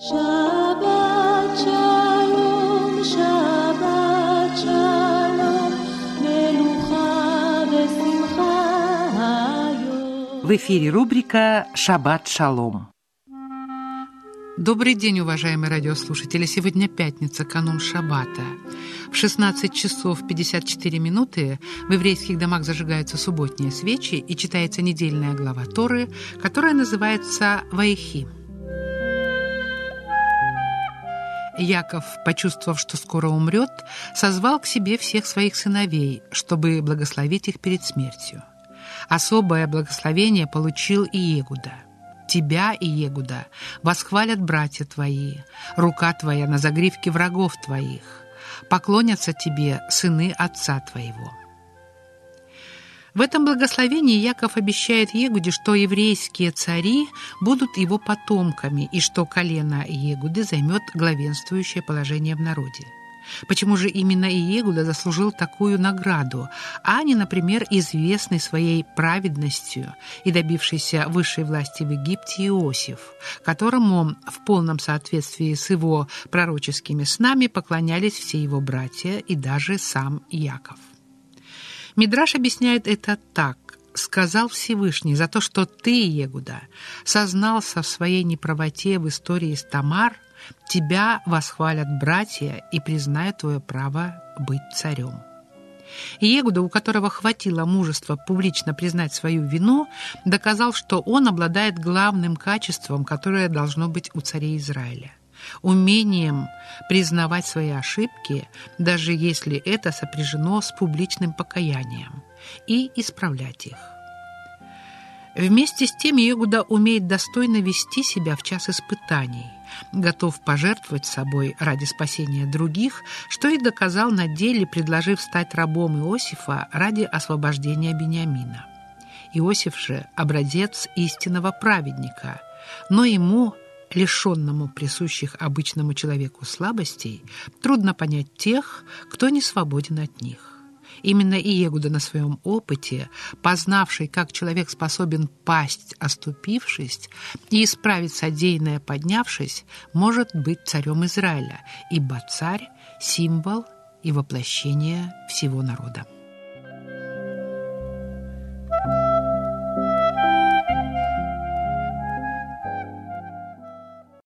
Shabbat shalom, Shabbat shalom, melucha vesimcha hayom. В эфире рубрика «Шаббат шалом». Добрый день, уважаемые радиослушатели. Сегодня пятница, канун Шаббата. В 16 часов 54 минуты в еврейских домах зажигаются субботние свечи и читается недельная глава Торы, которая называется «Ваихи». Яков, почувствовав, что скоро умрет, созвал к себе всех своих сыновей, чтобы благословить их перед смертью. Особое благословение получил Иегуда. «Тебя, Иегуда, восхвалят братья твои, рука твоя на загривке врагов твоих, поклонятся тебе сыны отца твоего». В этом благословении Яков обещает Иегуде, что еврейские цари будут его потомками и что колено Иегуды займет главенствующее положение в народе. Почему же именно Иегуда заслужил такую награду, а не, например, известный своей праведностью и добившийся высшей власти в Египте Иосиф, которому в полном соответствии с его пророческими снами поклонялись все его братья и даже сам Яков? Мидраш объясняет это так. «Сказал Всевышний за то, что ты, Иегуда, сознался в своей неправоте в истории с Тамар, тебя восхвалят братья и признают твое право быть царем». Иегуда, у которого хватило мужества публично признать свою вину, доказал, что он обладает главным качеством, которое должно быть у царей Израиля – умением признавать свои ошибки, даже если это сопряжено с публичным покаянием, и исправлять их. Вместе с тем Иегуда умеет достойно вести себя в час испытаний, готов пожертвовать собой ради спасения других, что и доказал на деле, предложив стать рабом Иосифа ради освобождения Биньямина. Иосиф же – образец истинного праведника, но ему, лишенному присущих обычному человеку слабостей, трудно понять тех, кто не свободен от них. Именно Иегуда на своем опыте, познавший, как человек способен пасть, оступившись, и исправить содеянное, поднявшись, может быть царем Израиля, ибо царь – символ и воплощение всего народа.